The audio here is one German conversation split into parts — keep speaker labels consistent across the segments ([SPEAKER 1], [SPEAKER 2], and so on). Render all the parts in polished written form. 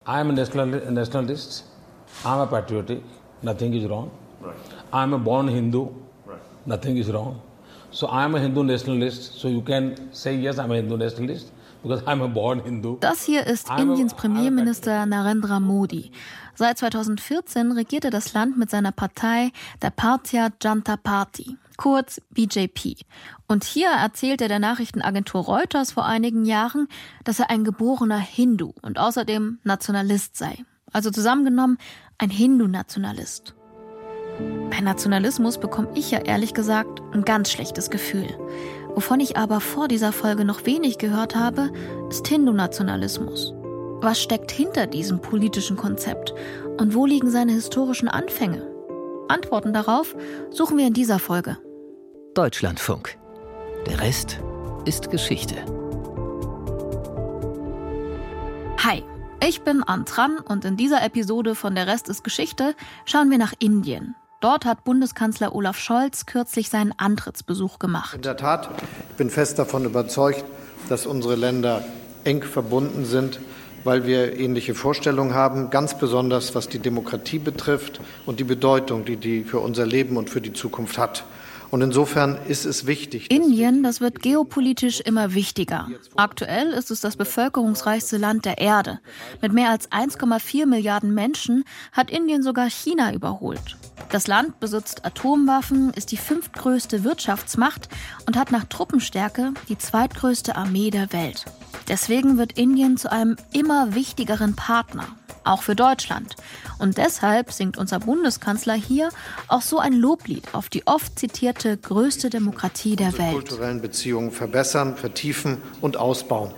[SPEAKER 1] I am a nationalist. I am a patriotic. Nothing is wrong. Right. I am a born Hindu. Right. Nothing is wrong. So I am a Hindu nationalist. So you can say yes, I am a Hindu nationalist because I am a born Hindu.
[SPEAKER 2] Das hier ist Indiens Premierminister Narendra Modi. Seit 2014 regiert er das Land mit seiner Partei, der Bharatiya Janata Party, kurz BJP. Und hier erzählt er der Nachrichtenagentur Reuters vor einigen Jahren, dass er ein geborener Hindu und außerdem Nationalist sei. Also zusammengenommen ein Hindu-Nationalist. Bei Nationalismus bekomme ich ja ehrlich gesagt ein ganz schlechtes Gefühl. Wovon ich aber vor dieser Folge noch wenig gehört habe, ist Hindu-Nationalismus. Was steckt hinter diesem politischen Konzept und wo liegen seine historischen Anfänge? Antworten darauf suchen wir in dieser Folge.
[SPEAKER 3] Deutschlandfunk. Der Rest ist Geschichte.
[SPEAKER 2] Hi, ich bin Antran und in dieser Episode von Der Rest ist Geschichte schauen wir nach Indien. Dort hat Bundeskanzler Olaf Scholz kürzlich seinen Antrittsbesuch gemacht.
[SPEAKER 4] In der Tat, ich bin fest davon überzeugt, dass unsere Länder eng verbunden sind, weil wir ähnliche Vorstellungen haben, ganz besonders was die Demokratie betrifft und die Bedeutung, die die für unser Leben und für die Zukunft hat. Und insofern ist es wichtig.
[SPEAKER 2] Indien, das wird geopolitisch immer wichtiger. Aktuell ist es das bevölkerungsreichste Land der Erde. Mit mehr als 1,4 Milliarden Menschen hat Indien sogar China überholt. Das Land besitzt Atomwaffen, ist die 5. größte Wirtschaftsmacht und hat nach Truppenstärke die 2. größte Armee der Welt. Deswegen wird Indien zu einem immer wichtigeren Partner, auch für Deutschland. Und deshalb singt unser Bundeskanzler hier auch so ein Loblied auf die oft zitierte größte Demokratie der Welt.
[SPEAKER 4] Kulturellen Beziehungen verbessern, vertiefen und ausbauen.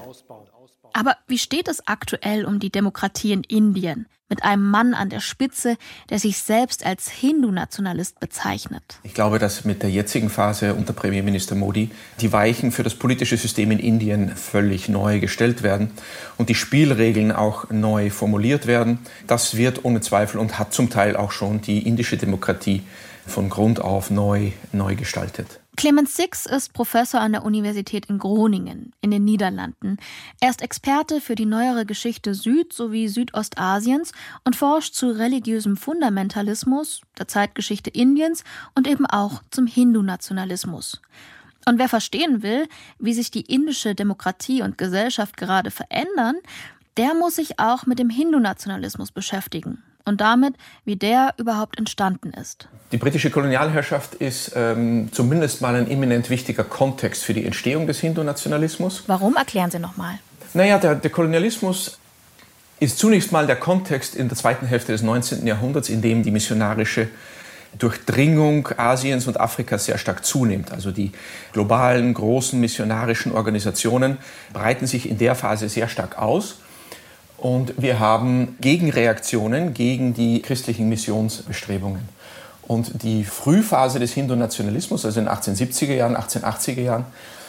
[SPEAKER 2] Aber wie steht es aktuell um die Demokratie in Indien? Mit einem Mann an der Spitze, der sich selbst als Hindu-Nationalist bezeichnet.
[SPEAKER 5] Ich glaube, dass mit der jetzigen Phase unter Premierminister Modi die Weichen für das politische System in Indien völlig neu gestellt werden und die Spielregeln auch neu formuliert werden. Das wird ohne Zweifel und hat zum Teil auch schon die indische Demokratie von Grund auf neu gestaltet.
[SPEAKER 2] Clemens Six ist Professor an der Universität in Groningen in den Niederlanden. Er ist Experte für die neuere Geschichte Süd- sowie Südostasiens und forscht zu religiösem Fundamentalismus, der Zeitgeschichte Indiens und eben auch zum Hindu-Nationalismus. Und wer verstehen will, wie sich die indische Demokratie und Gesellschaft gerade verändern, der muss sich auch mit dem Hindu-Nationalismus beschäftigen. Und damit, wie der überhaupt entstanden ist.
[SPEAKER 5] Die britische Kolonialherrschaft ist zumindest mal ein eminent wichtiger Kontext für die Entstehung des Hindu-Nationalismus.
[SPEAKER 2] Warum? Erklären Sie nochmal.
[SPEAKER 5] Naja, der Kolonialismus ist zunächst mal der Kontext in der zweiten Hälfte des 19. Jahrhunderts, in dem die missionarische Durchdringung Asiens und Afrikas sehr stark zunimmt. Also die globalen, großen missionarischen Organisationen breiten sich in der Phase sehr stark aus. Und wir haben Gegenreaktionen gegen die christlichen Missionsbestrebungen. Und die Frühphase des Hindu-Nationalismus, also in den 1870er Jahren, 1880er Jahren,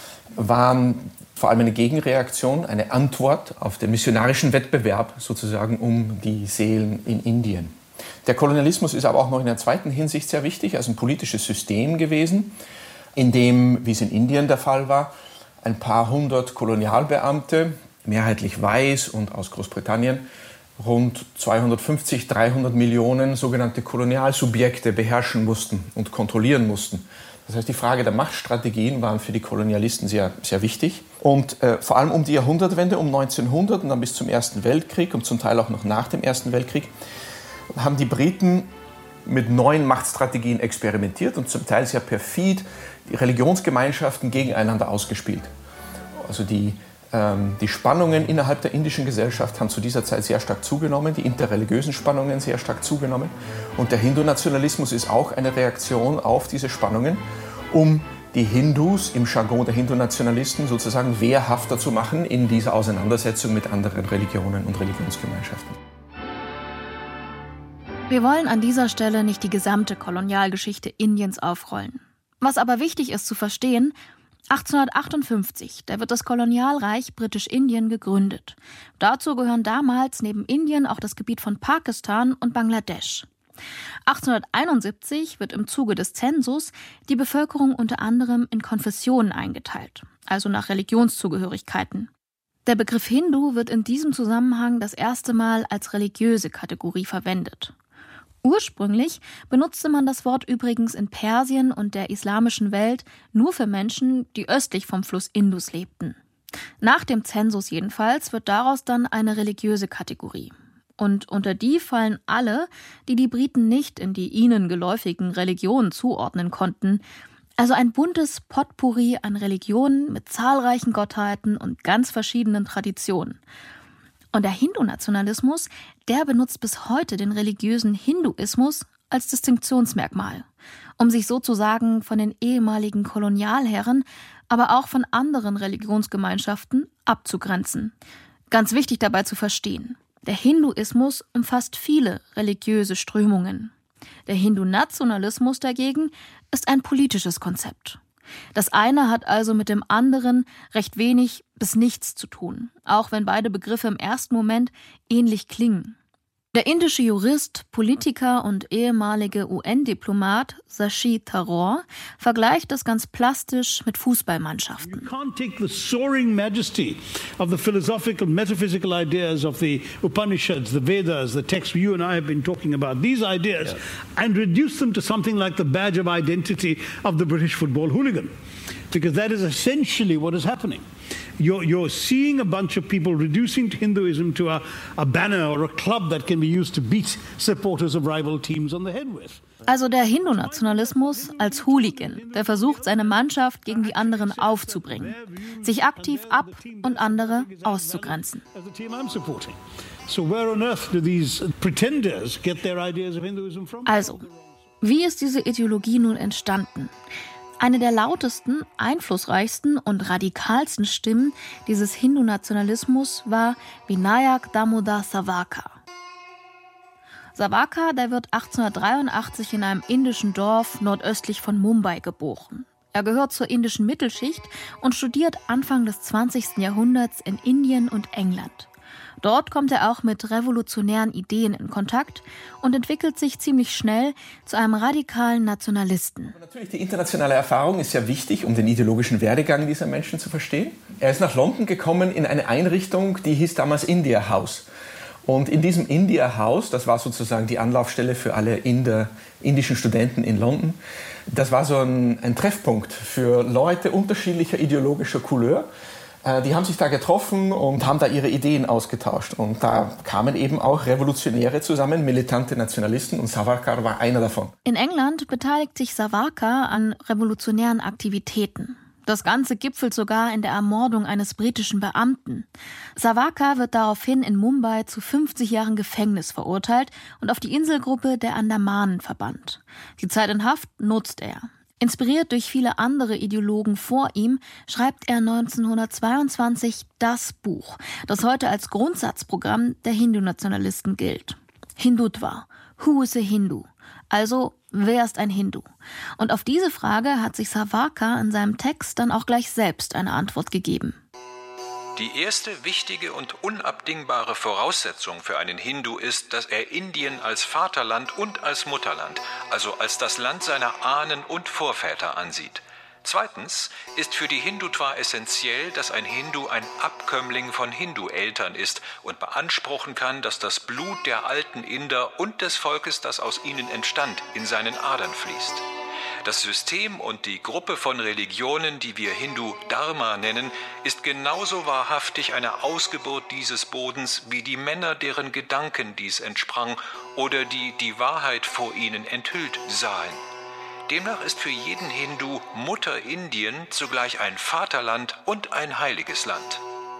[SPEAKER 5] war vor allem eine Gegenreaktion, eine Antwort auf den missionarischen Wettbewerb sozusagen um die Seelen in Indien. Der Kolonialismus ist aber auch noch in der zweiten Hinsicht sehr wichtig, also ein politisches System gewesen, in dem, wie es in Indien der Fall war, ein paar hundert Kolonialbeamte, mehrheitlich weiß und aus Großbritannien, rund 250, 300 Millionen sogenannte Kolonialsubjekte beherrschen mussten und kontrollieren mussten. Das heißt, die Frage der Machtstrategien waren für die Kolonialisten sehr, sehr wichtig. Und vor allem um die Jahrhundertwende, um 1900 und dann bis zum Ersten Weltkrieg und zum Teil auch noch nach dem Ersten Weltkrieg, haben die Briten mit neuen Machtstrategien experimentiert und zum Teil sehr perfid die Religionsgemeinschaften gegeneinander ausgespielt. Also die Spannungen innerhalb der indischen Gesellschaft haben zu dieser Zeit sehr stark zugenommen, die interreligiösen Spannungen sehr stark zugenommen. Und der Hindu-Nationalismus ist auch eine Reaktion auf diese Spannungen, um die Hindus im Jargon der Hindu-Nationalisten sozusagen wehrhafter zu machen in dieser Auseinandersetzung mit anderen Religionen und Religionsgemeinschaften.
[SPEAKER 2] Wir wollen an dieser Stelle nicht die gesamte Kolonialgeschichte Indiens aufrollen. Was aber wichtig ist zu verstehen: 1858, da wird das Kolonialreich Britisch-Indien gegründet. Dazu gehören damals neben Indien auch das Gebiet von Pakistan und Bangladesch. 1871 wird im Zuge des Zensus die Bevölkerung unter anderem in Konfessionen eingeteilt, also nach Religionszugehörigkeiten. Der Begriff Hindu wird in diesem Zusammenhang das erste Mal als religiöse Kategorie verwendet. Ursprünglich benutzte man das Wort übrigens in Persien und der islamischen Welt nur für Menschen, die östlich vom Fluss Indus lebten. Nach dem Zensus jedenfalls wird daraus dann eine religiöse Kategorie. Und unter die fallen alle, die die Briten nicht in die ihnen geläufigen Religionen zuordnen konnten. Also ein buntes Potpourri an Religionen mit zahlreichen Gottheiten und ganz verschiedenen Traditionen. Und der Hindu-Nationalismus, der benutzt bis heute den religiösen Hinduismus als Distinktionsmerkmal, um sich sozusagen von den ehemaligen Kolonialherren, aber auch von anderen Religionsgemeinschaften abzugrenzen. Ganz wichtig dabei zu verstehen: Der Hinduismus umfasst viele religiöse Strömungen. Der Hindu-Nationalismus dagegen ist ein politisches Konzept. Das eine hat also mit dem anderen recht wenig bis nichts zu tun, auch wenn beide Begriffe im ersten Moment ähnlich klingen. Der indische Jurist, Politiker und ehemalige UN-Diplomat Shashi Tharoor vergleicht das ganz plastisch mit Fußballmannschaften.
[SPEAKER 6] You can't take the soaring majesty of the philosophical, metaphysical ideas of the Upanishads, the Vedas, the texts you and I have been talking about, these ideas, and reduce them to something like the badge of identity of the British football hooligan. Because that is essentially what is happening. You're seeing a bunch of people reducing Hinduism to a banner or a club that can be used to beat supporters of rival teams on the head with.
[SPEAKER 2] Also der Hindu-Nationalismus als Hooligan, der versucht, seine Mannschaft gegen die anderen aufzubringen, sich aktiv ab- und andere auszugrenzen. Also, wie ist diese Ideologie nun entstanden? Eine der lautesten, einflussreichsten und radikalsten Stimmen dieses Hindu-Nationalismus war Vinayak Damodar Savarkar. Savarkar, der wird 1883 in einem indischen Dorf nordöstlich von Mumbai geboren. Er gehört zur indischen Mittelschicht und studiert Anfang des 20. Jahrhunderts in Indien und England. Dort kommt er auch mit revolutionären Ideen in Kontakt und entwickelt sich ziemlich schnell zu einem radikalen Nationalisten.
[SPEAKER 5] Natürlich, die internationale Erfahrung ist sehr wichtig, um den ideologischen Werdegang dieser Menschen zu verstehen. Er ist nach London gekommen in eine Einrichtung, die hieß damals India House. Und in diesem India House, das war sozusagen die Anlaufstelle für alle indischen Studenten in London, das war so ein Treffpunkt für Leute unterschiedlicher ideologischer Couleur. Die haben sich da getroffen und haben da ihre Ideen ausgetauscht. Und da kamen eben auch Revolutionäre zusammen, militante Nationalisten, und Savarkar war einer davon.
[SPEAKER 2] In England beteiligt sich Savarkar an revolutionären Aktivitäten. Das Ganze gipfelt sogar in der Ermordung eines britischen Beamten. Savarkar wird daraufhin in Mumbai zu 50 Jahren Gefängnis verurteilt und auf die Inselgruppe der Andamanen verbannt. Die Zeit in Haft nutzt er. Inspiriert durch viele andere Ideologen vor ihm, schreibt er 1922 das Buch, das heute als Grundsatzprogramm der Hindu-Nationalisten gilt. Hindutva, Who is a Hindu? Also, wer ist ein Hindu? Und auf diese Frage hat sich Savarkar in seinem Text dann auch gleich selbst eine Antwort gegeben.
[SPEAKER 7] Die erste wichtige und unabdingbare Voraussetzung für einen Hindu ist, dass er Indien als Vaterland und als Mutterland, also als das Land seiner Ahnen und Vorväter ansieht. Zweitens ist für die Hindutva essentiell, dass ein Hindu ein Abkömmling von Hindu-Eltern ist und beanspruchen kann, dass das Blut der alten Inder und des Volkes, das aus ihnen entstand, in seinen Adern fließt. Das System und die Gruppe von Religionen, die wir Hindu-Dharma nennen, ist genauso wahrhaftig eine Ausgeburt dieses Bodens wie die Männer, deren Gedanken dies entsprang oder die die Wahrheit vor ihnen enthüllt sahen. Demnach ist für jeden Hindu Mutter Indien zugleich ein Vaterland und ein heiliges Land.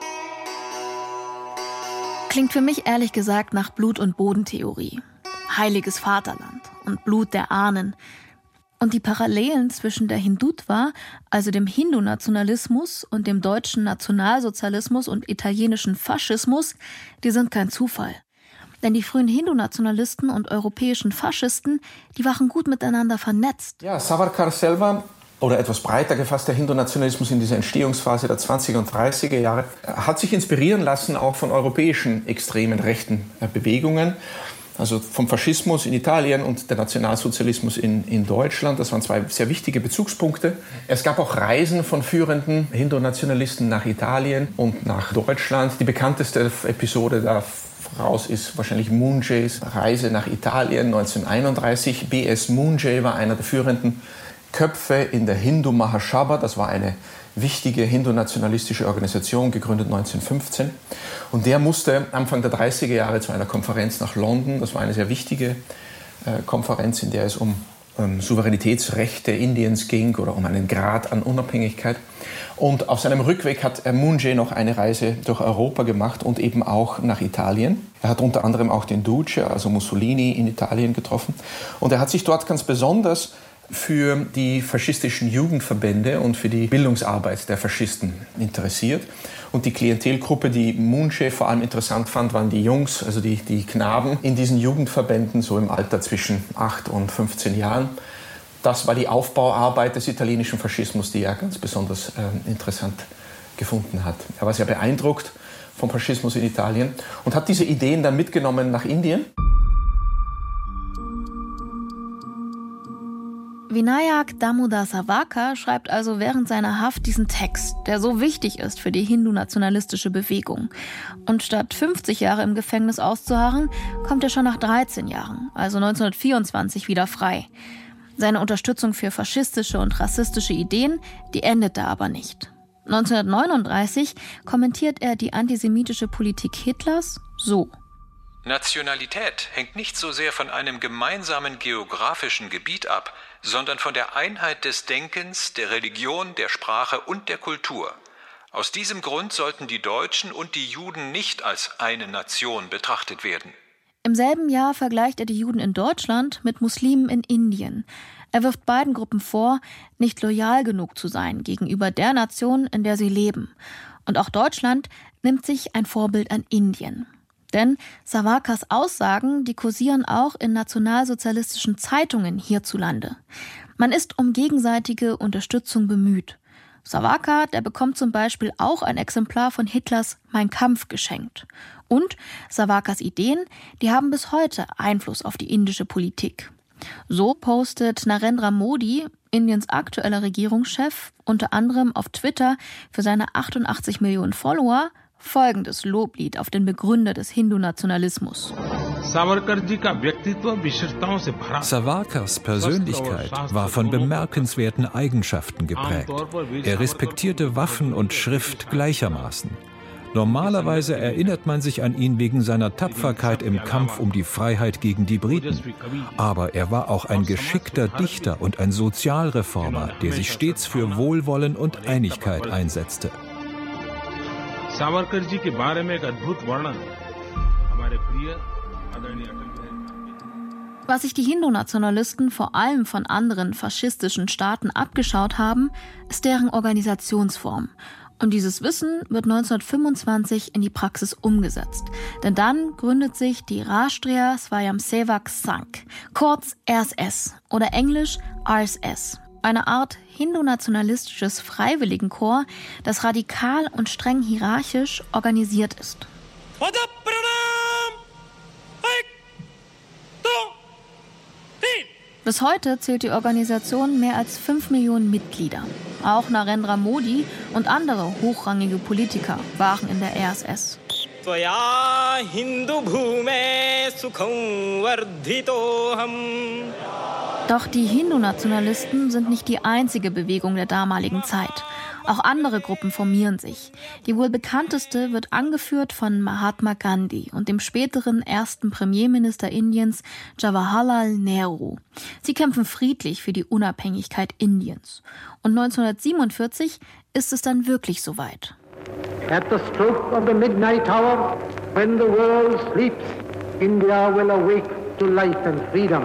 [SPEAKER 2] Klingt für mich ehrlich gesagt nach Blut- und Bodentheorie. Heiliges Vaterland und Blut der Ahnen. Und die Parallelen zwischen der Hindutva, also dem Hindu-Nationalismus, und dem deutschen Nationalsozialismus und italienischen Faschismus, die sind kein Zufall. Denn die frühen Hindu-Nationalisten und europäischen Faschisten, die waren gut miteinander vernetzt.
[SPEAKER 5] Ja, Savarkar selber, oder etwas breiter gefasst, der Hindu-Nationalismus in dieser Entstehungsphase der 20er und 30er Jahre, hat sich inspirieren lassen auch von europäischen extremen rechten Bewegungen. Also vom Faschismus in Italien und der Nationalsozialismus in Deutschland. Das waren zwei sehr wichtige Bezugspunkte. Es gab auch Reisen von führenden Hindu-Nationalisten nach Italien und nach Deutschland. Die bekannteste Episode daraus ist wahrscheinlich Moon Jays Reise nach Italien 1931. B.S. Moon Jay war einer der führenden Köpfe in der Hindu Mahasabha. Das war eine wichtige hindu-nationalistische Organisation, gegründet 1915. Und der musste Anfang der 30er Jahre zu einer Konferenz nach London. Das war eine sehr wichtige Konferenz, in der es um Souveränitätsrechte Indiens ging oder um einen Grad an Unabhängigkeit. Und auf seinem Rückweg hat Moon Jay noch eine Reise durch Europa gemacht und eben auch nach Italien. Er hat unter anderem auch den Duce, also Mussolini, in Italien getroffen. Und er hat sich dort ganz besonders für die faschistischen Jugendverbände und für die Bildungsarbeit der Faschisten interessiert. Und die Klientelgruppe, die Moon Jay vor allem interessant fand, waren die Jungs, also die Knaben in diesen Jugendverbänden, so im Alter zwischen 8 und 15 Jahren. Das war die Aufbauarbeit des italienischen Faschismus, die er ganz besonders interessant gefunden hat. Er war sehr beeindruckt vom Faschismus in Italien und hat diese Ideen dann mitgenommen nach Indien.
[SPEAKER 2] Vinayak Damodar Savarkar schreibt also während seiner Haft diesen Text, der so wichtig ist für die hindu-nationalistische Bewegung. Und statt 50 Jahre im Gefängnis auszuharren, kommt er schon nach 13 Jahren, also 1924, wieder frei. Seine Unterstützung für faschistische und rassistische Ideen, die endet da aber nicht. 1939 kommentiert er die antisemitische Politik Hitlers so:
[SPEAKER 7] Nationalität hängt nicht so sehr von einem gemeinsamen geografischen Gebiet ab, sondern von der Einheit des Denkens, der Religion, der Sprache und der Kultur. Aus diesem Grund sollten die Deutschen und die Juden nicht als eine Nation betrachtet werden.
[SPEAKER 2] Im selben Jahr vergleicht er die Juden in Deutschland mit Muslimen in Indien. Er wirft beiden Gruppen vor, nicht loyal genug zu sein gegenüber der Nation, in der sie leben. Und auch Deutschland nimmt sich ein Vorbild an Indien. Denn Savarkars Aussagen, die kursieren auch in nationalsozialistischen Zeitungen hierzulande. Man ist um gegenseitige Unterstützung bemüht. Savarkar, der bekommt zum Beispiel auch ein Exemplar von Hitlers Mein Kampf geschenkt. Und Savarkars Ideen, die haben bis heute Einfluss auf die indische Politik. So postet Narendra Modi, Indiens aktueller Regierungschef, unter anderem auf Twitter für seine 88 Millionen Follower folgendes Loblied auf den Begründer des Hindu-Nationalismus.
[SPEAKER 8] Savarkars Persönlichkeit war von bemerkenswerten Eigenschaften geprägt. Er respektierte Waffen und Schrift gleichermaßen. Normalerweise erinnert man sich an ihn wegen seiner Tapferkeit im Kampf um die Freiheit gegen die Briten. Aber er war auch ein geschickter Dichter und ein Sozialreformer, der sich stets für Wohlwollen und Einigkeit einsetzte.
[SPEAKER 2] Was sich die Hindu-Nationalisten vor allem von anderen faschistischen Staaten abgeschaut haben, ist deren Organisationsform. Und dieses Wissen wird 1925 in die Praxis umgesetzt. Denn dann gründet sich die Rashtriya Swayamsevak Sangh, kurz RSS oder englisch RSS. Eine Art hindu-nationalistisches Freiwilligenkorps, das radikal und streng hierarchisch organisiert ist. Bis heute zählt die Organisation mehr als 5 Millionen Mitglieder. Auch Narendra Modi und andere hochrangige Politiker waren in der RSS. Doch die Hindu-Nationalisten sind nicht die einzige Bewegung der damaligen Zeit. Auch andere Gruppen formieren sich. Die wohl bekannteste wird angeführt von Mahatma Gandhi und dem späteren ersten Premierminister Indiens Jawaharlal Nehru. Sie kämpfen friedlich für die Unabhängigkeit Indiens. Und 1947 ist es dann wirklich soweit.
[SPEAKER 9] At the stroke of the midnight hour, when the world sleeps, India will awake to life and freedom.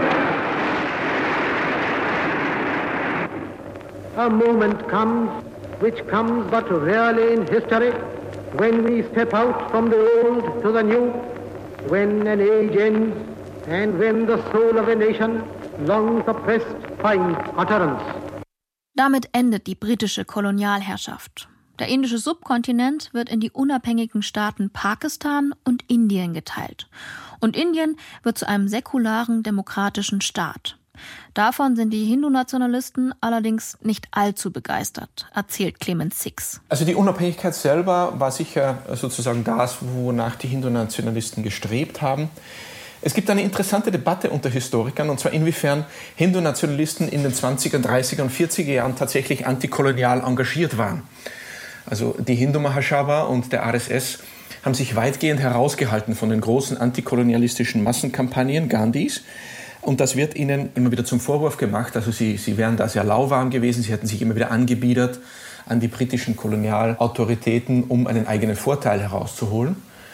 [SPEAKER 9] A moment comes, which comes but rarely in history, when we step out from the old to the new, when an age ends, and when the soul of a nation, long suppressed, finds utterance.
[SPEAKER 2] Damit endet die britische Kolonialherrschaft. Der indische Subkontinent wird in die unabhängigen Staaten Pakistan und Indien geteilt. Und Indien wird zu einem säkularen, demokratischen Staat. Davon sind die Hindu-Nationalisten allerdings nicht allzu begeistert, erzählt Clemens Six.
[SPEAKER 5] Also die Unabhängigkeit selber war sicher sozusagen das, wonach die Hindu-Nationalisten gestrebt haben. Es gibt eine interessante Debatte unter Historikern, und zwar inwiefern Hindu-Nationalisten in den 20er, 30er und 40er Jahren tatsächlich antikolonial engagiert waren. Also die Hindu-Mahasabha und der RSS haben sich weitgehend herausgehalten von den großen antikolonialistischen Massenkampagnen Gandhis. Und das wird ihnen immer wieder zum Vorwurf gemacht. Also sie wären da sehr lauwarm gewesen, sie hätten sich immer wieder angebiedert an die britischen Kolonialautoritäten, um einen eigenen Vorteil herauszuholen.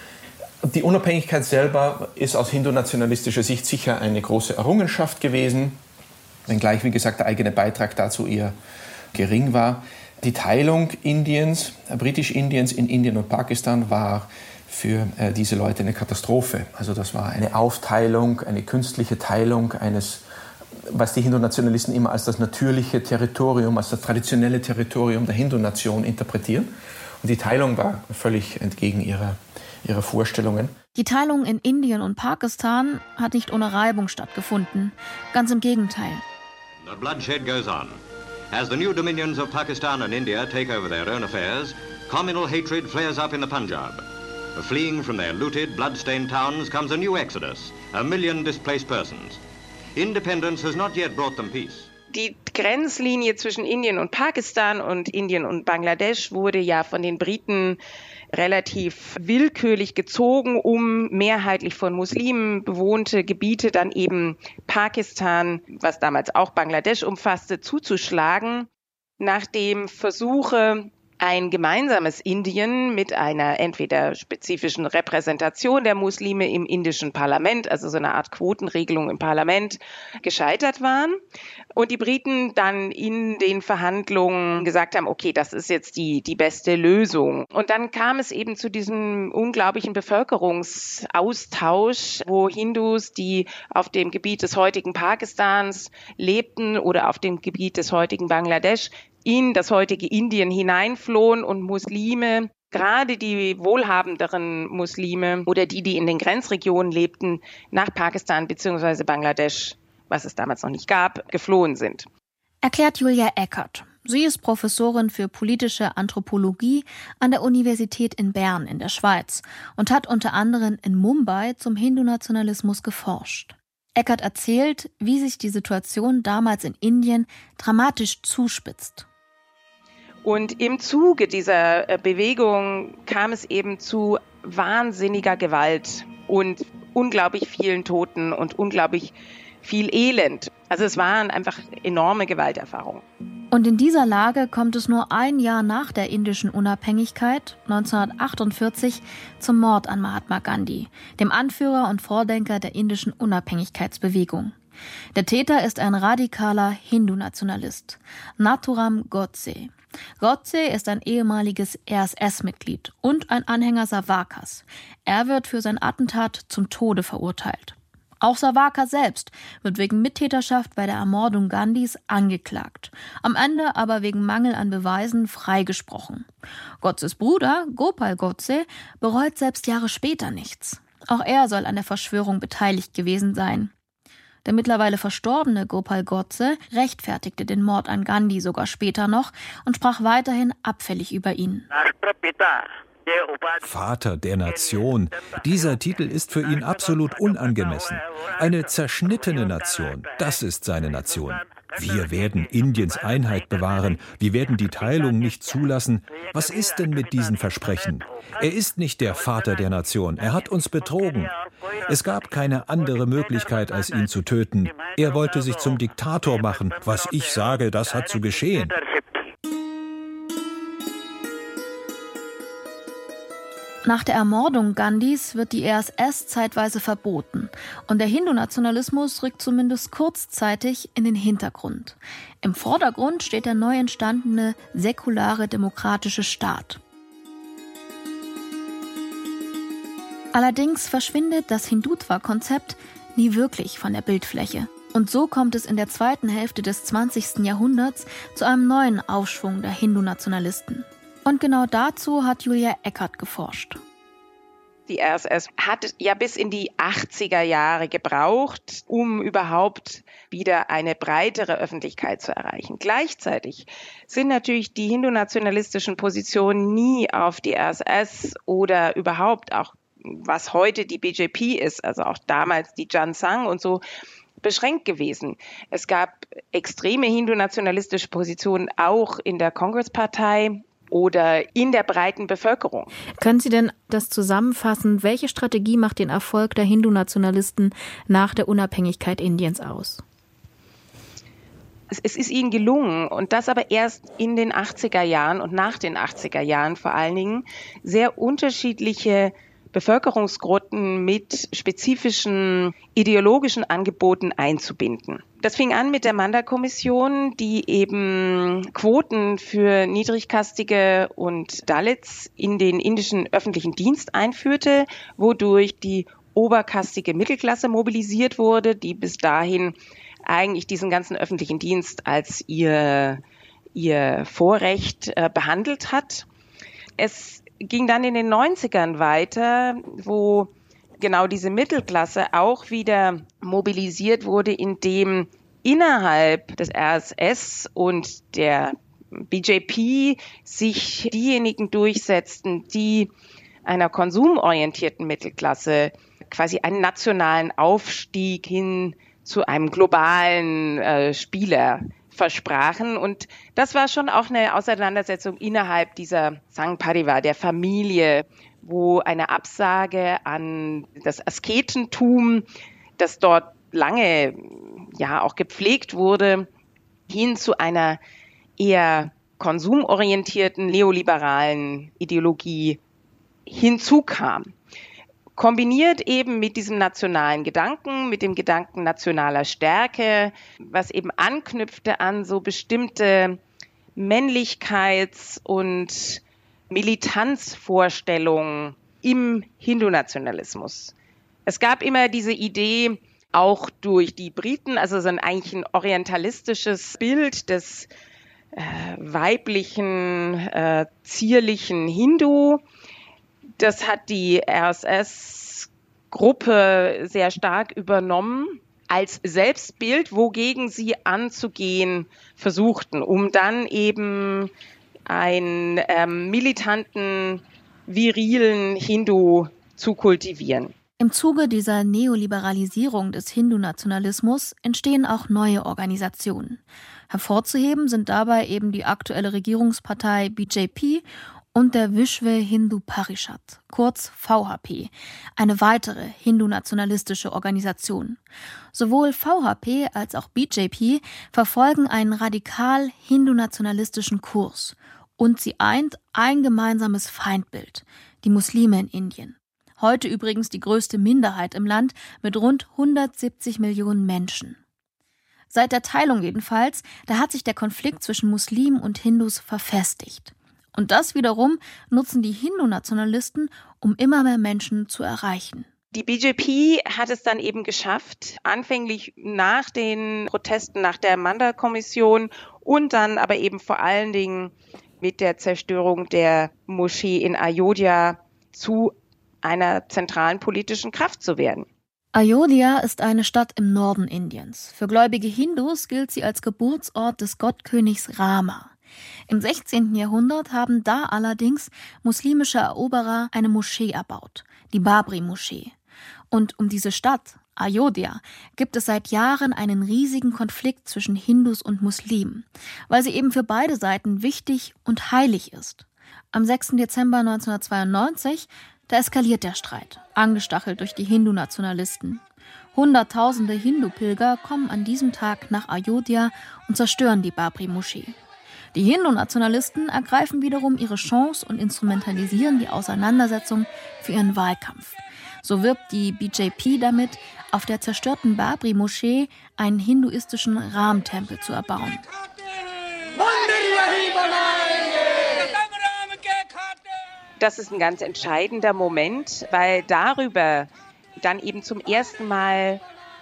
[SPEAKER 5] Die Unabhängigkeit selber ist aus hindu-nationalistischer Sicht sicher eine große Errungenschaft gewesen, wenngleich, wie gesagt, der eigene Beitrag dazu eher gering war. Die Teilung Indiens, Britisch-Indiens in Indien und Pakistan war für diese Leute eine Katastrophe. Also das war eine Aufteilung, eine künstliche Teilung eines, was die Hindu-Nationalisten immer als das natürliche Territorium, als das traditionelle Territorium der Hindu-Nation interpretieren. Und die Teilung war völlig entgegen ihrer Vorstellungen.
[SPEAKER 2] Die Teilung in Indien und Pakistan hat nicht ohne Reibung stattgefunden. Ganz im Gegenteil.
[SPEAKER 10] The bloodshed goes on. As the new dominions of Pakistan and India take over their own affairs, communal hatred flares up in the Punjab. Fleeing from their looted, blood-stained towns comes a new exodus, 1 million displaced persons. Independence has not yet brought them peace.
[SPEAKER 11] Die Grenzlinie zwischen Indien und Pakistan und Indien und Bangladesch wurde ja von den Briten relativ willkürlich gezogen, um mehrheitlich von Muslimen bewohnte Gebiete, dann eben Pakistan, was damals auch Bangladesch umfasste, zuzuschlagen. Nachdem Versuche, ein gemeinsames Indien mit einer entweder spezifischen Repräsentation der Muslime im indischen Parlament, also so eine Art Quotenregelung im Parlament, gescheitert waren. Und die Briten dann in den Verhandlungen gesagt haben, okay, das ist jetzt die beste Lösung. Und dann kam es eben zu diesem unglaublichen Bevölkerungsaustausch, wo Hindus, die auf dem Gebiet des heutigen Pakistans lebten oder auf dem Gebiet des heutigen Bangladesch, in das heutige Indien hineinflohen und Muslime, gerade die wohlhabenderen Muslime oder die in den Grenzregionen lebten, nach Pakistan bzw. Bangladesch, was es damals noch nicht gab, geflohen sind.
[SPEAKER 2] Erklärt Julia Eckert. Sie ist Professorin für politische Anthropologie an der Universität in Bern in der Schweiz und hat unter anderem in Mumbai zum Hindu-Nationalismus geforscht. Eckert erzählt, wie sich die Situation damals in Indien dramatisch zuspitzt.
[SPEAKER 11] Und im Zuge dieser Bewegung kam es eben zu wahnsinniger Gewalt und unglaublich vielen Toten und unglaublich viel Elend. Also es waren einfach enorme Gewalterfahrungen.
[SPEAKER 2] Und in dieser Lage kommt es nur ein Jahr nach der indischen Unabhängigkeit, 1948, zum Mord an Mahatma Gandhi, dem Anführer und Vordenker der indischen Unabhängigkeitsbewegung. Der Täter ist ein radikaler Hindu-Nationalist, Nathuram Godse. Godse ist ein ehemaliges RSS-Mitglied und ein Anhänger Savarkars. Er wird für sein Attentat zum Tode verurteilt. Auch Savarkar selbst wird wegen Mittäterschaft bei der Ermordung Gandhis angeklagt, am Ende aber wegen Mangel an Beweisen freigesprochen. Godzes Bruder, Gopal Godse, bereut selbst Jahre später nichts. Auch er soll an der Verschwörung beteiligt gewesen sein. Der mittlerweile verstorbene Gopal Godse rechtfertigte den Mord an Gandhi sogar später noch und sprach weiterhin abfällig über ihn.
[SPEAKER 8] Vater der Nation. Dieser Titel ist für ihn absolut unangemessen. Eine zerschnittene Nation, das ist seine Nation. Wir werden Indiens Einheit bewahren. Wir werden die Teilung nicht zulassen. Was ist denn mit diesen Versprechen? Er ist nicht der Vater der Nation. Er hat uns betrogen. Es gab keine andere Möglichkeit, als ihn zu töten. Er wollte sich zum Diktator machen. Was ich sage, das hat zu geschehen.
[SPEAKER 2] Nach der Ermordung Gandhis wird die RSS zeitweise verboten und der Hindu-Nationalismus rückt zumindest kurzzeitig in den Hintergrund. Im Vordergrund steht der neu entstandene säkulare demokratische Staat. Allerdings verschwindet das Hindutva-Konzept nie wirklich von der Bildfläche. Und so kommt es in der zweiten Hälfte des 20. Jahrhunderts zu einem neuen Aufschwung der Hindu-Nationalisten. Und genau dazu hat Julia Eckert geforscht.
[SPEAKER 11] Die RSS hat ja bis in die 80er Jahre gebraucht, um überhaupt wieder eine breitere Öffentlichkeit zu erreichen. Gleichzeitig sind natürlich die hindu-nationalistischen Positionen nie auf die RSS oder überhaupt auch, was heute die BJP ist, also auch damals die Jan Sangh und so, beschränkt gewesen. Es gab extreme hindu-nationalistische Positionen auch in der Kongresspartei oder in der breiten Bevölkerung.
[SPEAKER 2] Können Sie denn das zusammenfassen? Welche Strategie macht den Erfolg der Hindu-Nationalisten nach der Unabhängigkeit Indiens aus?
[SPEAKER 11] Es ist ihnen gelungen, und das aber erst in den 80er Jahren und nach den 80er Jahren vor allen Dingen, sehr unterschiedliche Bevölkerungsgruppen mit spezifischen ideologischen Angeboten einzubinden. Das fing an mit der Manda-Kommission, die eben Quoten für Niedrigkastige und Dalits in den indischen öffentlichen Dienst einführte, wodurch die oberkastige Mittelklasse mobilisiert wurde, die bis dahin eigentlich diesen ganzen öffentlichen Dienst als ihr Vorrecht behandelt hat. Es ging dann in den 90ern weiter, wo genau diese Mittelklasse auch wieder mobilisiert wurde, indem innerhalb des RSS und der BJP sich diejenigen durchsetzten, die einer konsumorientierten Mittelklasse quasi einen nationalen Aufstieg hin zu einem globalen Spieler versprachen. Und das war schon auch eine Auseinandersetzung innerhalb dieser Sangh Parivar, der Familie, wo eine Absage an das Asketentum, das dort lange ja auch gepflegt wurde, hin zu einer eher konsumorientierten, neoliberalen Ideologie hinzukam. Kombiniert eben mit diesem nationalen Gedanken, mit dem Gedanken nationaler Stärke, was eben anknüpfte an so bestimmte Männlichkeits- und Militanzvorstellungen im Hindu-Nationalismus. Es gab immer diese Idee, auch durch die Briten, also so eigentlich ein orientalistisches Bild des weiblichen, zierlichen Hindu. Das hat die RSS-Gruppe sehr stark übernommen als Selbstbild, wogegen sie anzugehen versuchten, um dann eben einen militanten, virilen Hindu zu kultivieren.
[SPEAKER 2] Im Zuge dieser Neoliberalisierung des Hindu-Nationalismus entstehen auch neue Organisationen. Hervorzuheben sind dabei eben die aktuelle Regierungspartei BJP und der Vishwa Hindu Parishad, kurz VHP, eine weitere hindu-nationalistische Organisation. Sowohl VHP als auch BJP verfolgen einen radikal hindu-nationalistischen Kurs und sie eint ein gemeinsames Feindbild, die Muslime in Indien. Heute übrigens die größte Minderheit im Land mit rund 170 Millionen Menschen. Seit der Teilung jedenfalls, da hat sich der Konflikt zwischen Muslimen und Hindus verfestigt. Und das wiederum nutzen die Hindu-Nationalisten, um immer mehr Menschen zu erreichen.
[SPEAKER 11] Die BJP hat es dann eben geschafft, anfänglich nach den Protesten, nach der Manda-Kommission und dann aber eben vor allen Dingen mit der Zerstörung der Moschee in Ayodhya zu einer zentralen politischen Kraft zu werden.
[SPEAKER 2] Ayodhya ist eine Stadt im Norden Indiens. Für gläubige Hindus gilt sie als Geburtsort des Gottkönigs Rama. Im 16. Jahrhundert haben da allerdings muslimische Eroberer eine Moschee erbaut, die Babri-Moschee. Und um diese Stadt, Ayodhya, gibt es seit Jahren einen riesigen Konflikt zwischen Hindus und Muslimen, weil sie eben für beide Seiten wichtig und heilig ist. Am 6. Dezember 1992, da eskaliert der Streit, angestachelt durch die Hindu-Nationalisten. Hunderttausende Hindu-Pilger kommen an diesem Tag nach Ayodhya und zerstören die Babri-Moschee. Die Hindu-Nationalisten ergreifen wiederum ihre Chance und instrumentalisieren die Auseinandersetzung für ihren Wahlkampf. So wirbt die BJP damit, auf der zerstörten Babri-Moschee einen hinduistischen Ram-Tempel zu erbauen.
[SPEAKER 11] Das ist ein ganz entscheidender Moment, weil darüber dann eben zum ersten Mal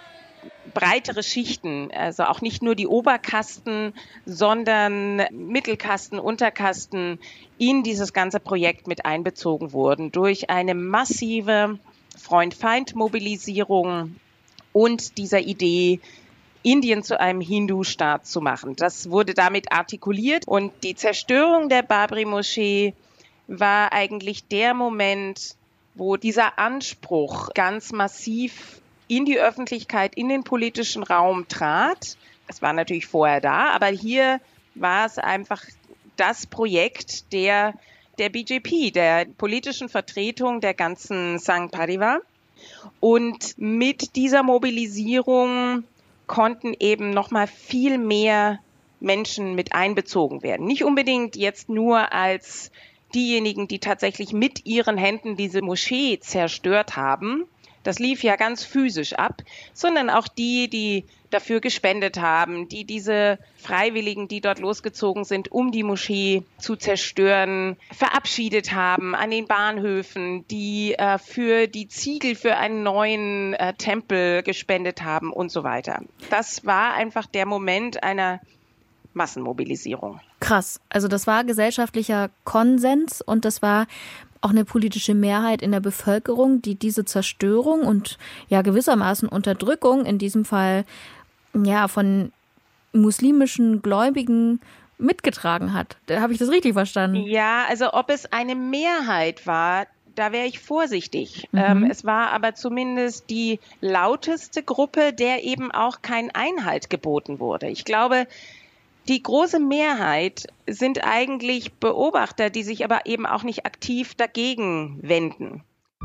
[SPEAKER 11] breitere Schichten, also auch nicht nur die Oberkasten, sondern Mittelkasten, Unterkasten in dieses ganze Projekt mit einbezogen wurden durch eine massive Freund-Feind-Mobilisierung und dieser Idee, Indien zu einem Hindu-Staat zu machen. Das wurde damit artikuliert und die Zerstörung der Babri-Moschee war eigentlich der Moment, wo dieser Anspruch ganz massiv in die Öffentlichkeit, in den politischen Raum trat. Es war natürlich vorher da, aber hier war es einfach das Projekt der BJP, der politischen Vertretung der ganzen Sangh Parivar. Und mit dieser Mobilisierung konnten eben noch mal viel mehr Menschen mit einbezogen werden. Nicht unbedingt jetzt nur als diejenigen, die tatsächlich mit ihren Händen diese Moschee zerstört haben. Das lief ja ganz physisch ab, sondern auch die dafür gespendet haben, diese Freiwilligen, die dort losgezogen sind, um die Moschee zu zerstören, verabschiedet haben an den Bahnhöfen, die für die Ziegel für einen neuen Tempel gespendet haben und so weiter. Das war einfach der Moment einer Massenmobilisierung.
[SPEAKER 2] Krass. Also das war gesellschaftlicher Konsens und das war auch eine politische Mehrheit in der Bevölkerung, die diese Zerstörung und ja gewissermaßen Unterdrückung, in diesem Fall ja von muslimischen Gläubigen, mitgetragen hat. Habe ich das richtig verstanden?
[SPEAKER 11] Ja, also ob es eine Mehrheit war, da wäre ich vorsichtig. Es war aber zumindest die lauteste Gruppe, der eben auch kein Einhalt geboten wurde. Ich glaube, die große Mehrheit sind eigentlich Beobachter, die sich aber eben auch nicht aktiv dagegen wenden.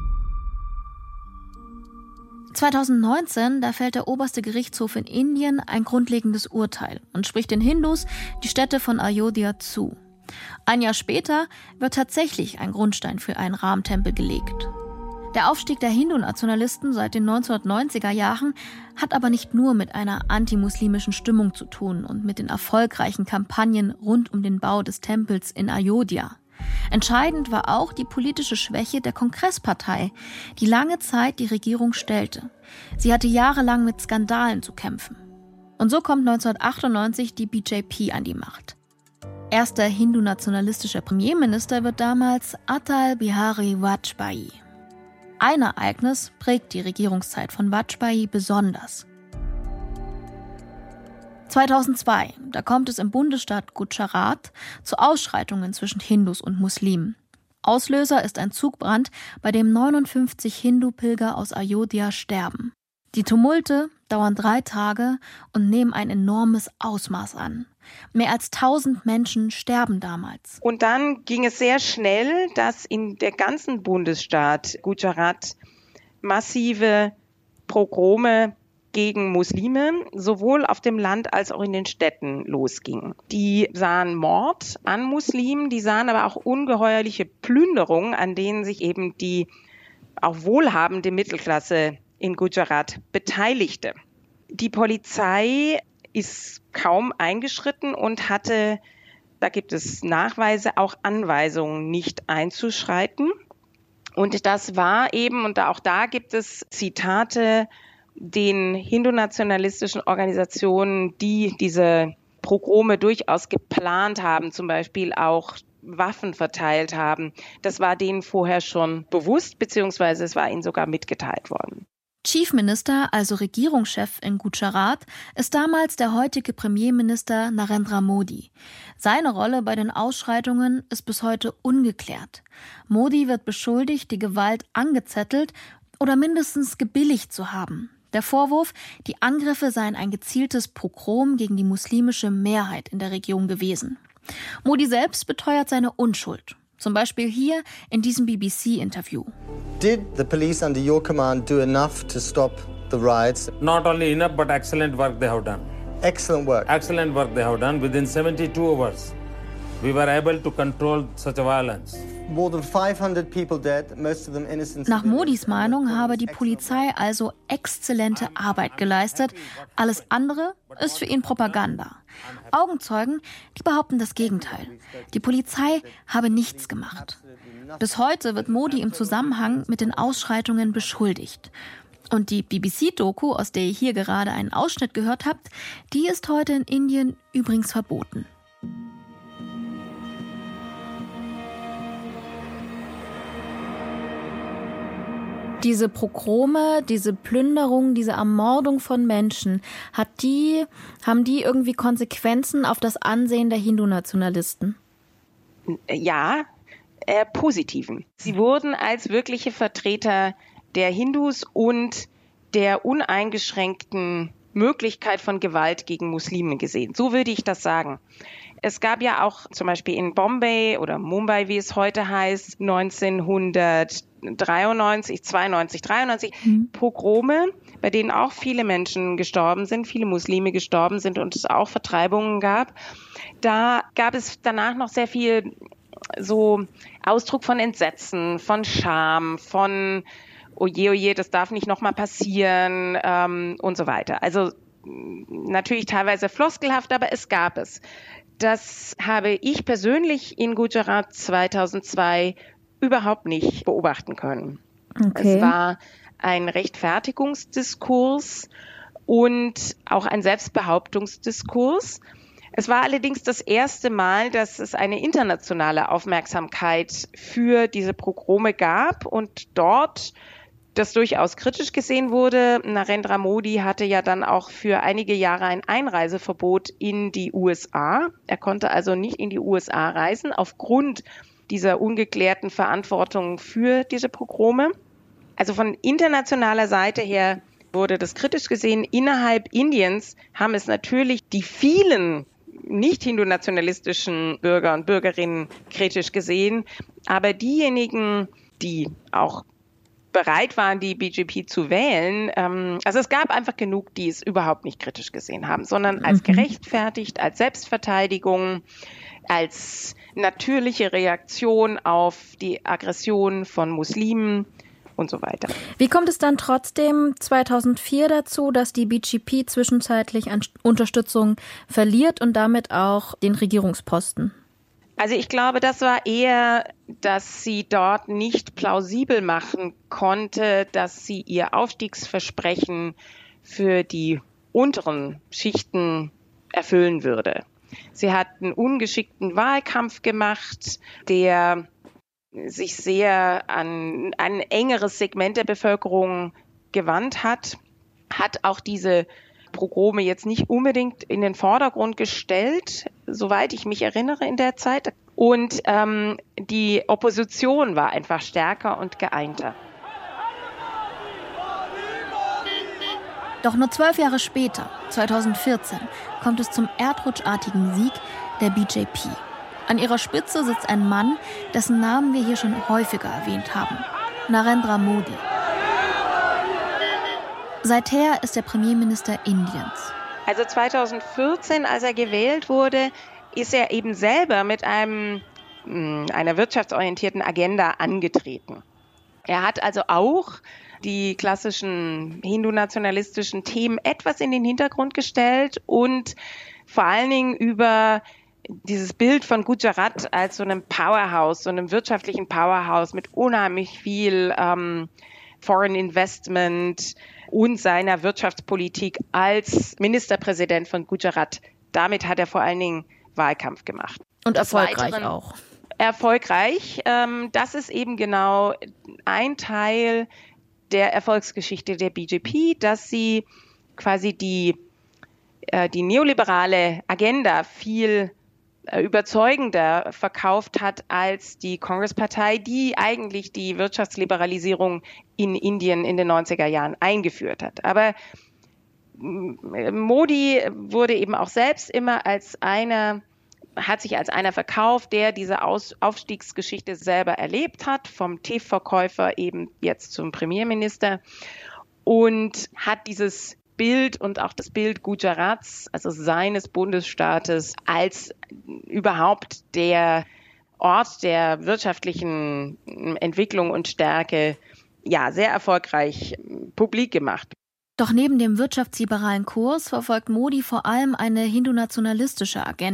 [SPEAKER 2] 2019, da fällt der oberste Gerichtshof in Indien ein grundlegendes Urteil und spricht den Hindus die Stätte von Ayodhya zu. Ein Jahr später wird tatsächlich ein Grundstein für einen Ram-Tempel gelegt. Der Aufstieg der Hindu-Nationalisten seit den 1990er Jahren hat aber nicht nur mit einer antimuslimischen Stimmung zu tun und mit den erfolgreichen Kampagnen rund um den Bau des Tempels in Ayodhya. Entscheidend war auch die politische Schwäche der Kongresspartei, die lange Zeit die Regierung stellte. Sie hatte jahrelang mit Skandalen zu kämpfen. Und so kommt 1998 die BJP an die Macht. Erster hindu-nationalistischer Premierminister wird damals Atal Bihari Vajpayee. Ein Ereignis prägt die Regierungszeit von Vajpayee besonders. 2002, da kommt es im Bundesstaat Gujarat zu Ausschreitungen zwischen Hindus und Muslimen. Auslöser ist ein Zugbrand, bei dem 59 Hindu-Pilger aus Ayodhya sterben. Die Tumulte dauern 3 Tage und nehmen ein enormes Ausmaß an. Mehr als 1000 Menschen sterben damals.
[SPEAKER 11] Und dann ging es sehr schnell, dass in der ganzen Bundesstaat Gujarat massive Pogrome gegen Muslime sowohl auf dem Land als auch in den Städten losgingen. Die sahen Mord an Muslimen, die sahen aber auch ungeheuerliche Plünderungen, an denen sich eben die auch wohlhabende Mittelklasse in Gujarat beteiligte. Die Polizei ist kaum eingeschritten und hatte, da gibt es Nachweise, auch Anweisungen, nicht einzuschreiten. Und das war eben, und auch da gibt es Zitate, den hindu-nationalistischen Organisationen, die diese Pogrome durchaus geplant haben, zum Beispiel auch Waffen verteilt haben. Das war denen vorher schon bewusst, beziehungsweise es war ihnen sogar mitgeteilt worden.
[SPEAKER 2] Chief Minister, also Regierungschef in Gujarat, ist damals der heutige Premierminister Narendra Modi. Seine Rolle bei den Ausschreitungen ist bis heute ungeklärt. Modi wird beschuldigt, die Gewalt angezettelt oder mindestens gebilligt zu haben. Der Vorwurf, die Angriffe seien ein gezieltes Pogrom gegen die muslimische Mehrheit in der Region gewesen. Modi selbst beteuert seine Unschuld. Zum Beispiel hier in diesem BBC-Interview.
[SPEAKER 12] Did the police under your command do enough to stop the riots?
[SPEAKER 1] Not only enough, but excellent work they have done.
[SPEAKER 12] Excellent work.
[SPEAKER 1] Excellent work they have done. Within 72 hours, we were able to control such a violence.
[SPEAKER 12] More than 500 people dead, most of them innocent.
[SPEAKER 2] Nach Modis Meinung habe die Polizei also exzellente Arbeit geleistet. Alles andere ist für ihn Propaganda. Augenzeugen, die behaupten das Gegenteil. Die Polizei habe nichts gemacht. Bis heute wird Modi im Zusammenhang mit den Ausschreitungen beschuldigt. Und die BBC-Doku, aus der ihr hier gerade einen Ausschnitt gehört habt, die ist heute in Indien übrigens verboten. Diese Pogrome, diese Plünderung, diese Ermordung von Menschen, haben die irgendwie Konsequenzen auf das Ansehen der Hindu-Nationalisten?
[SPEAKER 11] Ja, positiven. Sie wurden als wirkliche Vertreter der Hindus und der uneingeschränkten Möglichkeit von Gewalt gegen Muslime gesehen. So würde ich das sagen. Es gab ja auch zum Beispiel in Bombay oder Mumbai, wie es heute heißt, 1993, Pogrome, bei denen auch viele Menschen gestorben sind, viele Muslime gestorben sind und es auch Vertreibungen gab. Da gab es danach noch sehr viel so Ausdruck von Entsetzen, von Scham, von oje, das darf nicht nochmal passieren und so weiter. Also natürlich teilweise floskelhaft, aber es gab es. Das habe ich persönlich in Gujarat 2002 überhaupt nicht beobachten können. Okay. Es war ein Rechtfertigungsdiskurs und auch ein Selbstbehauptungsdiskurs. Es war allerdings das erste Mal, dass es eine internationale Aufmerksamkeit für diese Pogrome gab und dort das durchaus kritisch gesehen wurde. Narendra Modi hatte ja dann auch für einige Jahre ein Einreiseverbot in die USA. Er konnte also nicht in die USA reisen aufgrund dieser ungeklärten Verantwortung für diese Pogrome. Also von internationaler Seite her wurde das kritisch gesehen. Innerhalb Indiens haben es natürlich die vielen nicht-hindu-nationalistischen Bürger und Bürgerinnen kritisch gesehen. Aber diejenigen, die auch bereit waren, die BJP zu wählen, also es gab einfach genug, die es überhaupt nicht kritisch gesehen haben, sondern als gerechtfertigt, als Selbstverteidigung, als natürliche Reaktion auf die Aggression von Muslimen und so weiter.
[SPEAKER 2] Wie kommt es dann trotzdem 2004 dazu, dass die BJP zwischenzeitlich an Unterstützung verliert und damit auch den Regierungsposten?
[SPEAKER 11] Also ich glaube, das war eher, dass sie dort nicht plausibel machen konnte, dass sie ihr Aufstiegsversprechen für die unteren Schichten erfüllen würde. Sie hat einen ungeschickten Wahlkampf gemacht, der sich sehr an ein engeres Segment der Bevölkerung gewandt hat auch diese Pogrome jetzt nicht unbedingt in den Vordergrund gestellt, soweit ich mich erinnere in der Zeit. Und die Opposition war einfach stärker und geeinter.
[SPEAKER 2] Doch nur 12 Jahre später, 2014, kommt es zum erdrutschartigen Sieg der BJP. An ihrer Spitze sitzt ein Mann, dessen Namen wir hier schon häufiger erwähnt haben: Narendra Modi. Seither ist er Premierminister Indiens.
[SPEAKER 11] Also 2014, als er gewählt wurde, ist er eben selber mit einer wirtschaftsorientierten Agenda angetreten. Er hat also auch die klassischen hindu-nationalistischen Themen etwas in den Hintergrund gestellt und vor allen Dingen über dieses Bild von Gujarat als so einem Powerhouse, so einem wirtschaftlichen Powerhouse mit unheimlich viel Foreign Investment und seiner Wirtschaftspolitik als Ministerpräsident von Gujarat. Damit hat er vor allen Dingen Wahlkampf gemacht.
[SPEAKER 2] Und erfolgreich auch.
[SPEAKER 11] Erfolgreich. Das ist eben genau ein Teil der Erfolgsgeschichte der BJP, dass sie quasi die neoliberale Agenda viel überzeugender verkauft hat als die Congress-Partei, die eigentlich die Wirtschaftsliberalisierung in Indien in den 90er Jahren eingeführt hat. Aber Modi wurde eben auch selbst immer hat sich als einer verkauft, der diese Aufstiegsgeschichte selber erlebt hat, vom Teeverkäufer eben jetzt zum Premierminister, und hat dieses Bild und auch das Bild Gujarats, also seines Bundesstaates, als überhaupt der Ort der wirtschaftlichen Entwicklung und Stärke, ja, sehr erfolgreich publik gemacht.
[SPEAKER 2] Doch neben dem wirtschaftsliberalen Kurs verfolgt Modi vor allem eine hindu-nationalistische Agenda.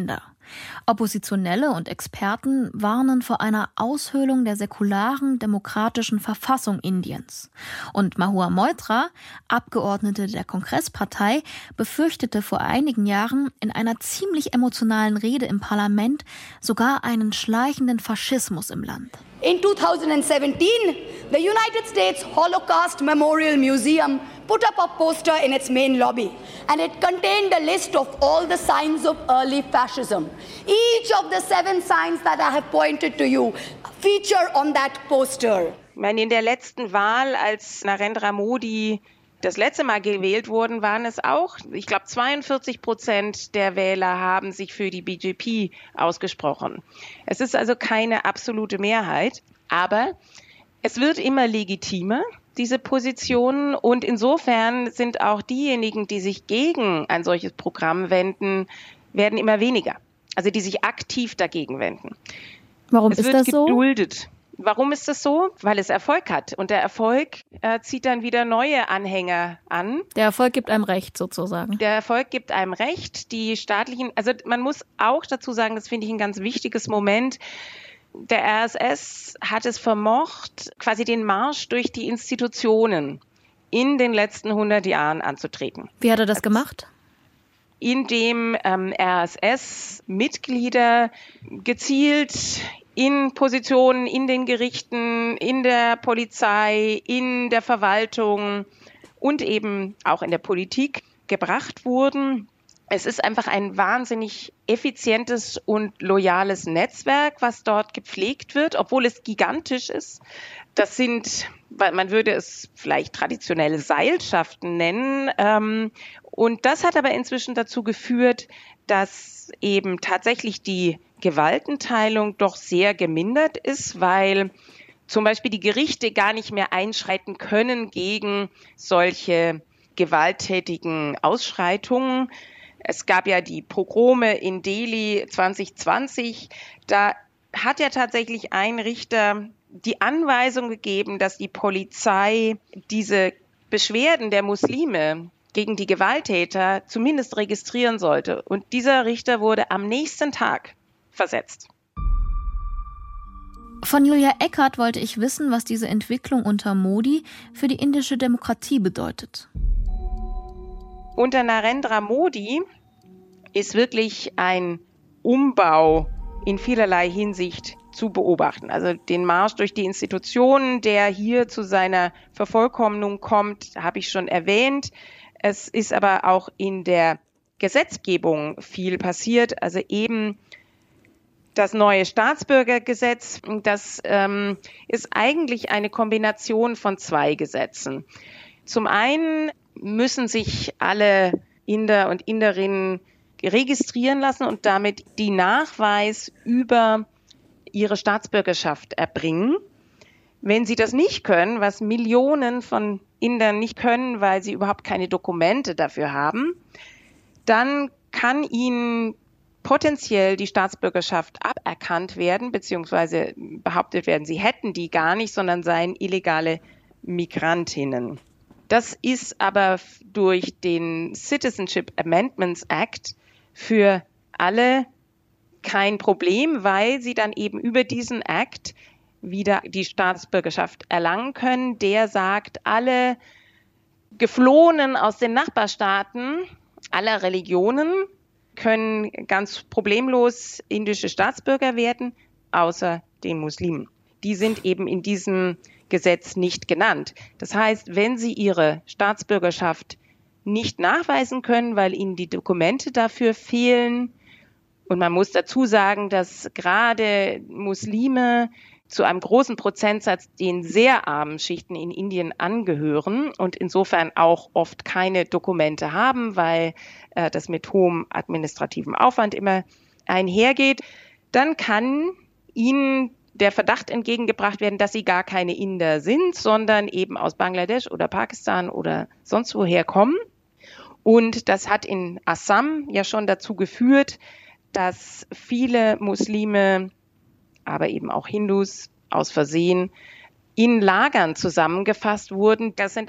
[SPEAKER 2] Oppositionelle und Experten warnen vor einer Aushöhlung der säkularen, demokratischen Verfassung Indiens. Und Mahua Moitra, Abgeordnete der Kongresspartei, befürchtete vor einigen Jahren in einer ziemlich emotionalen Rede im Parlament sogar einen schleichenden Faschismus im Land.
[SPEAKER 13] In 2017, the United States Holocaust Memorial Museum put up a poster in its main lobby, and it contained a list of all the signs of early fascism. Each of the 7 signs that I have pointed to you feature on that poster.
[SPEAKER 11] Ich meine, in der letzten Wahl, als Narendra Modi das letzte Mal gewählt wurden, waren es auch, ich glaube, 42% der Wähler haben sich für die BJP ausgesprochen. Es ist also keine absolute Mehrheit, aber es wird immer legitimer, diese Positionen. Und insofern sind auch diejenigen, die sich gegen ein solches Programm wenden, werden immer weniger. Also die sich aktiv dagegen wenden.
[SPEAKER 2] Warum ist das so?
[SPEAKER 11] Es wird geduldet. Warum ist das so? Weil es Erfolg hat. Und der Erfolg zieht dann wieder neue Anhänger an.
[SPEAKER 2] Der Erfolg gibt einem Recht sozusagen.
[SPEAKER 11] Der Erfolg gibt einem Recht. Die staatlichen, also man muss auch dazu sagen, das finde ich ein ganz wichtiges Moment. Der RSS hat es vermocht, quasi den Marsch durch die Institutionen in den letzten 100 Jahren anzutreten.
[SPEAKER 2] Wie hat er das gemacht?
[SPEAKER 11] Indem RSS-Mitglieder gezielt in Positionen in den Gerichten, in der Polizei, in der Verwaltung und eben auch in der Politik gebracht wurden. Es ist einfach ein wahnsinnig effizientes und loyales Netzwerk, was dort gepflegt wird, obwohl es gigantisch ist. Das sind, man würde es vielleicht traditionelle Seilschaften nennen. Und das hat aber inzwischen dazu geführt, dass eben tatsächlich die Gewaltenteilung doch sehr gemindert ist, weil zum Beispiel die Gerichte gar nicht mehr einschreiten können gegen solche gewalttätigen Ausschreitungen. Es gab ja die Pogrome in Delhi 2020. Da hat ja tatsächlich ein Richter die Anweisung gegeben, dass die Polizei diese Beschwerden der Muslime gegen die Gewalttäter zumindest registrieren sollte. Und dieser Richter wurde am nächsten Tag versetzt.
[SPEAKER 2] Von Julia Eckert wollte ich wissen, was diese Entwicklung unter Modi für die indische Demokratie bedeutet.
[SPEAKER 11] Unter Narendra Modi ist wirklich ein Umbau in vielerlei Hinsicht zu beobachten. Also den Marsch durch die Institutionen, der hier zu seiner Vervollkommnung kommt, habe ich schon erwähnt. Es ist aber auch in der Gesetzgebung viel passiert. Also eben das neue Staatsbürgergesetz, das ist eigentlich eine Kombination von 2 Gesetzen. Zum einen müssen sich alle Inder und Inderinnen registrieren lassen und damit die Nachweis über ihre Staatsbürgerschaft erbringen. Wenn sie das nicht können, was Millionen von Indern nicht können, weil sie überhaupt keine Dokumente dafür haben, dann kann ihnen potenziell die Staatsbürgerschaft aberkannt werden, beziehungsweise behauptet werden, sie hätten die gar nicht, sondern seien illegale Migrantinnen. Das ist aber durch den Citizenship Amendments Act für alle kein Problem, weil sie dann eben über diesen Act wieder die Staatsbürgerschaft erlangen können. Der sagt, alle Geflohenen aus den Nachbarstaaten aller Religionen können ganz problemlos indische Staatsbürger werden, außer den Muslimen. Die sind eben in diesem Gesetz nicht genannt. Das heißt, wenn sie ihre Staatsbürgerschaft nicht nachweisen können, weil ihnen die Dokumente dafür fehlen, und man muss dazu sagen, dass gerade Muslime zu einem großen Prozentsatz den sehr armen Schichten in Indien angehören und insofern auch oft keine Dokumente haben, weil das mit hohem administrativen Aufwand immer einhergeht, dann kann ihnen der Verdacht entgegengebracht werden, dass sie gar keine Inder sind, sondern eben aus Bangladesch oder Pakistan oder sonst woher kommen. Und das hat in Assam ja schon dazu geführt, dass viele Muslime, aber eben auch Hindus aus Versehen in Lagern zusammengefasst wurden. Das sind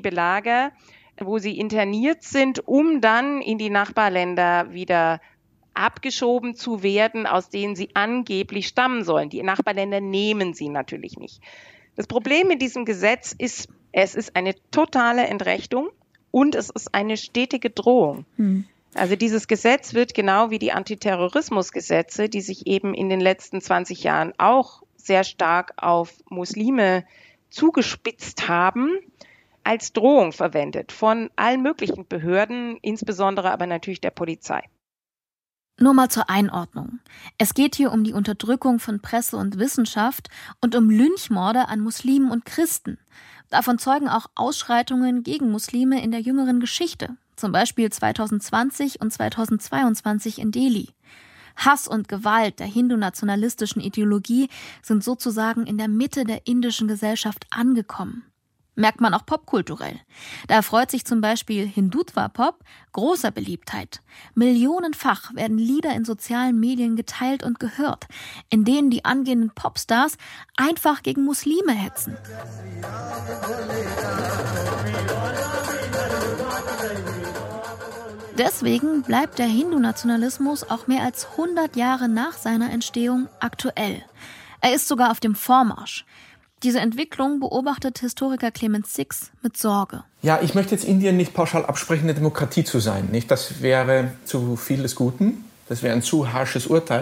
[SPEAKER 11] Abschiebelager, wo sie interniert sind, um dann in die Nachbarländer wieder abgeschoben zu werden, aus denen sie angeblich stammen sollen. Die Nachbarländer nehmen sie natürlich nicht. Das Problem mit diesem Gesetz ist, es ist eine totale Entrechtung und es ist eine stetige Drohung. Also dieses Gesetz wird genau wie die Antiterrorismusgesetze, die sich eben in den letzten 20 Jahren auch sehr stark auf Muslime zugespitzt haben, als Drohung verwendet von allen möglichen Behörden, insbesondere aber natürlich der Polizei.
[SPEAKER 2] Nur mal zur Einordnung. Es geht hier um die Unterdrückung von Presse und Wissenschaft und um Lynchmorde an Muslimen und Christen. Davon zeugen auch Ausschreitungen gegen Muslime in der jüngeren Geschichte, zum Beispiel 2020 und 2022 in Delhi. Hass und Gewalt der hindu-nationalistischen Ideologie sind sozusagen in der Mitte der indischen Gesellschaft angekommen. Merkt man auch popkulturell. Da erfreut sich zum Beispiel Hindutva-Pop großer Beliebtheit. Millionenfach werden Lieder in sozialen Medien geteilt und gehört, in denen die angehenden Popstars einfach gegen Muslime hetzen. Deswegen bleibt der Hindu-Nationalismus auch mehr als 100 Jahre nach seiner Entstehung aktuell. Er ist sogar auf dem Vormarsch. Diese Entwicklung beobachtet Historiker Clement Six mit Sorge.
[SPEAKER 5] Ja, ich möchte jetzt Indien nicht pauschal absprechen, eine Demokratie zu sein. Nicht? Das wäre zu viel des Guten. Das wäre ein zu harsches Urteil.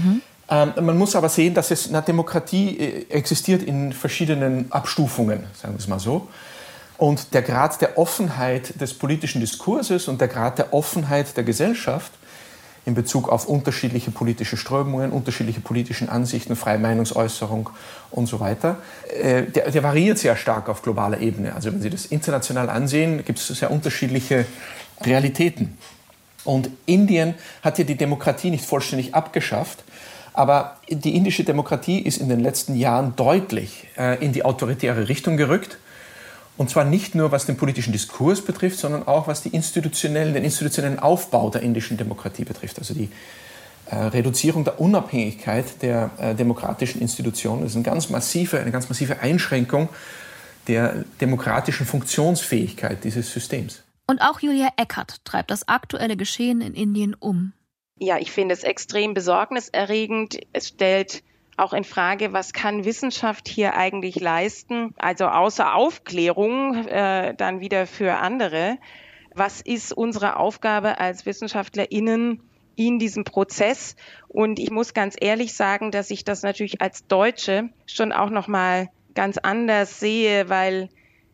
[SPEAKER 5] Man muss aber sehen, dass eine Demokratie existiert in verschiedenen Abstufungen, sagen wir es mal so. Und der Grad der Offenheit des politischen Diskurses und der Grad der Offenheit der Gesellschaft in Bezug auf unterschiedliche politische Strömungen, unterschiedliche politischen Ansichten, freie Meinungsäußerung und so weiter, der variiert sehr stark auf globaler Ebene. Also wenn Sie das international ansehen, gibt es sehr unterschiedliche Realitäten. Und Indien hat ja die Demokratie nicht vollständig abgeschafft, aber die indische Demokratie ist in den letzten Jahren deutlich in die autoritäre Richtung gerückt. Und zwar nicht nur, was den politischen Diskurs betrifft, sondern auch, was den institutionellen Aufbau der indischen Demokratie betrifft. Also die Reduzierung der Unabhängigkeit der demokratischen Institutionen ist eine ganz massive Einschränkung der demokratischen Funktionsfähigkeit dieses Systems.
[SPEAKER 2] Und auch Julia Eckert treibt das aktuelle Geschehen in Indien um.
[SPEAKER 11] Ja, ich finde es extrem besorgniserregend. Es stellt auch in Frage, was kann Wissenschaft hier eigentlich leisten? Also außer Aufklärung dann wieder für andere. Was ist unsere Aufgabe als WissenschaftlerInnen in diesem Prozess? Und ich muss ganz ehrlich sagen, dass ich das natürlich als Deutsche schon auch noch mal ganz anders sehe, weil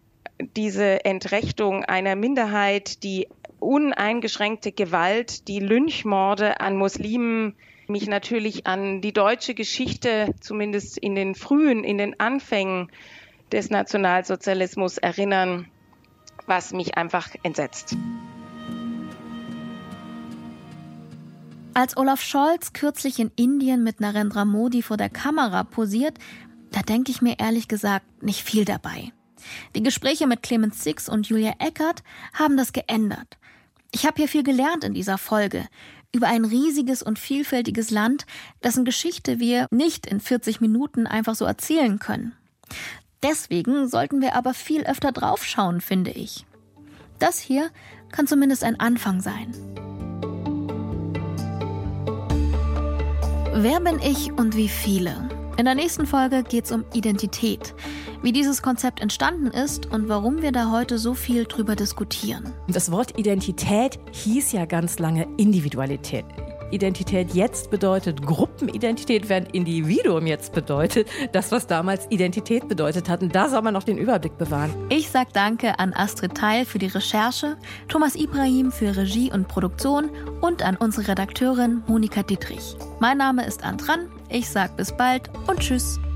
[SPEAKER 11] diese Entrechtung einer Minderheit, die uneingeschränkte Gewalt, die Lynchmorde an Muslimen mich natürlich an die deutsche Geschichte, zumindest in den Anfängen des Nationalsozialismus erinnern, was mich einfach entsetzt.
[SPEAKER 2] Als Olaf Scholz kürzlich in Indien mit Narendra Modi vor der Kamera posiert, da denke ich mir ehrlich gesagt nicht viel dabei. Die Gespräche mit Clement Six und Julia Eckert haben das geändert. Ich habe hier viel gelernt in dieser Folge über ein riesiges und vielfältiges Land, dessen Geschichte wir nicht in 40 Minuten einfach so erzählen können. Deswegen sollten wir aber viel öfter draufschauen, finde ich. Das hier kann zumindest ein Anfang sein. Wer bin ich und wie viele? In der nächsten Folge geht es um Identität, wie dieses Konzept entstanden ist und warum wir da heute so viel drüber diskutieren.
[SPEAKER 14] Das Wort Identität hieß ja ganz lange Individualität. Identität jetzt bedeutet Gruppenidentität, während Individuum jetzt bedeutet das, was damals Identität bedeutet hat. Und da soll man noch den Überblick bewahren.
[SPEAKER 2] Ich sage Danke an Astrid Theil für die Recherche, Thomas Ibrahim für Regie und Produktion und an unsere Redakteurin Monika Dietrich. Mein Name ist Antran, ich sage bis bald und tschüss.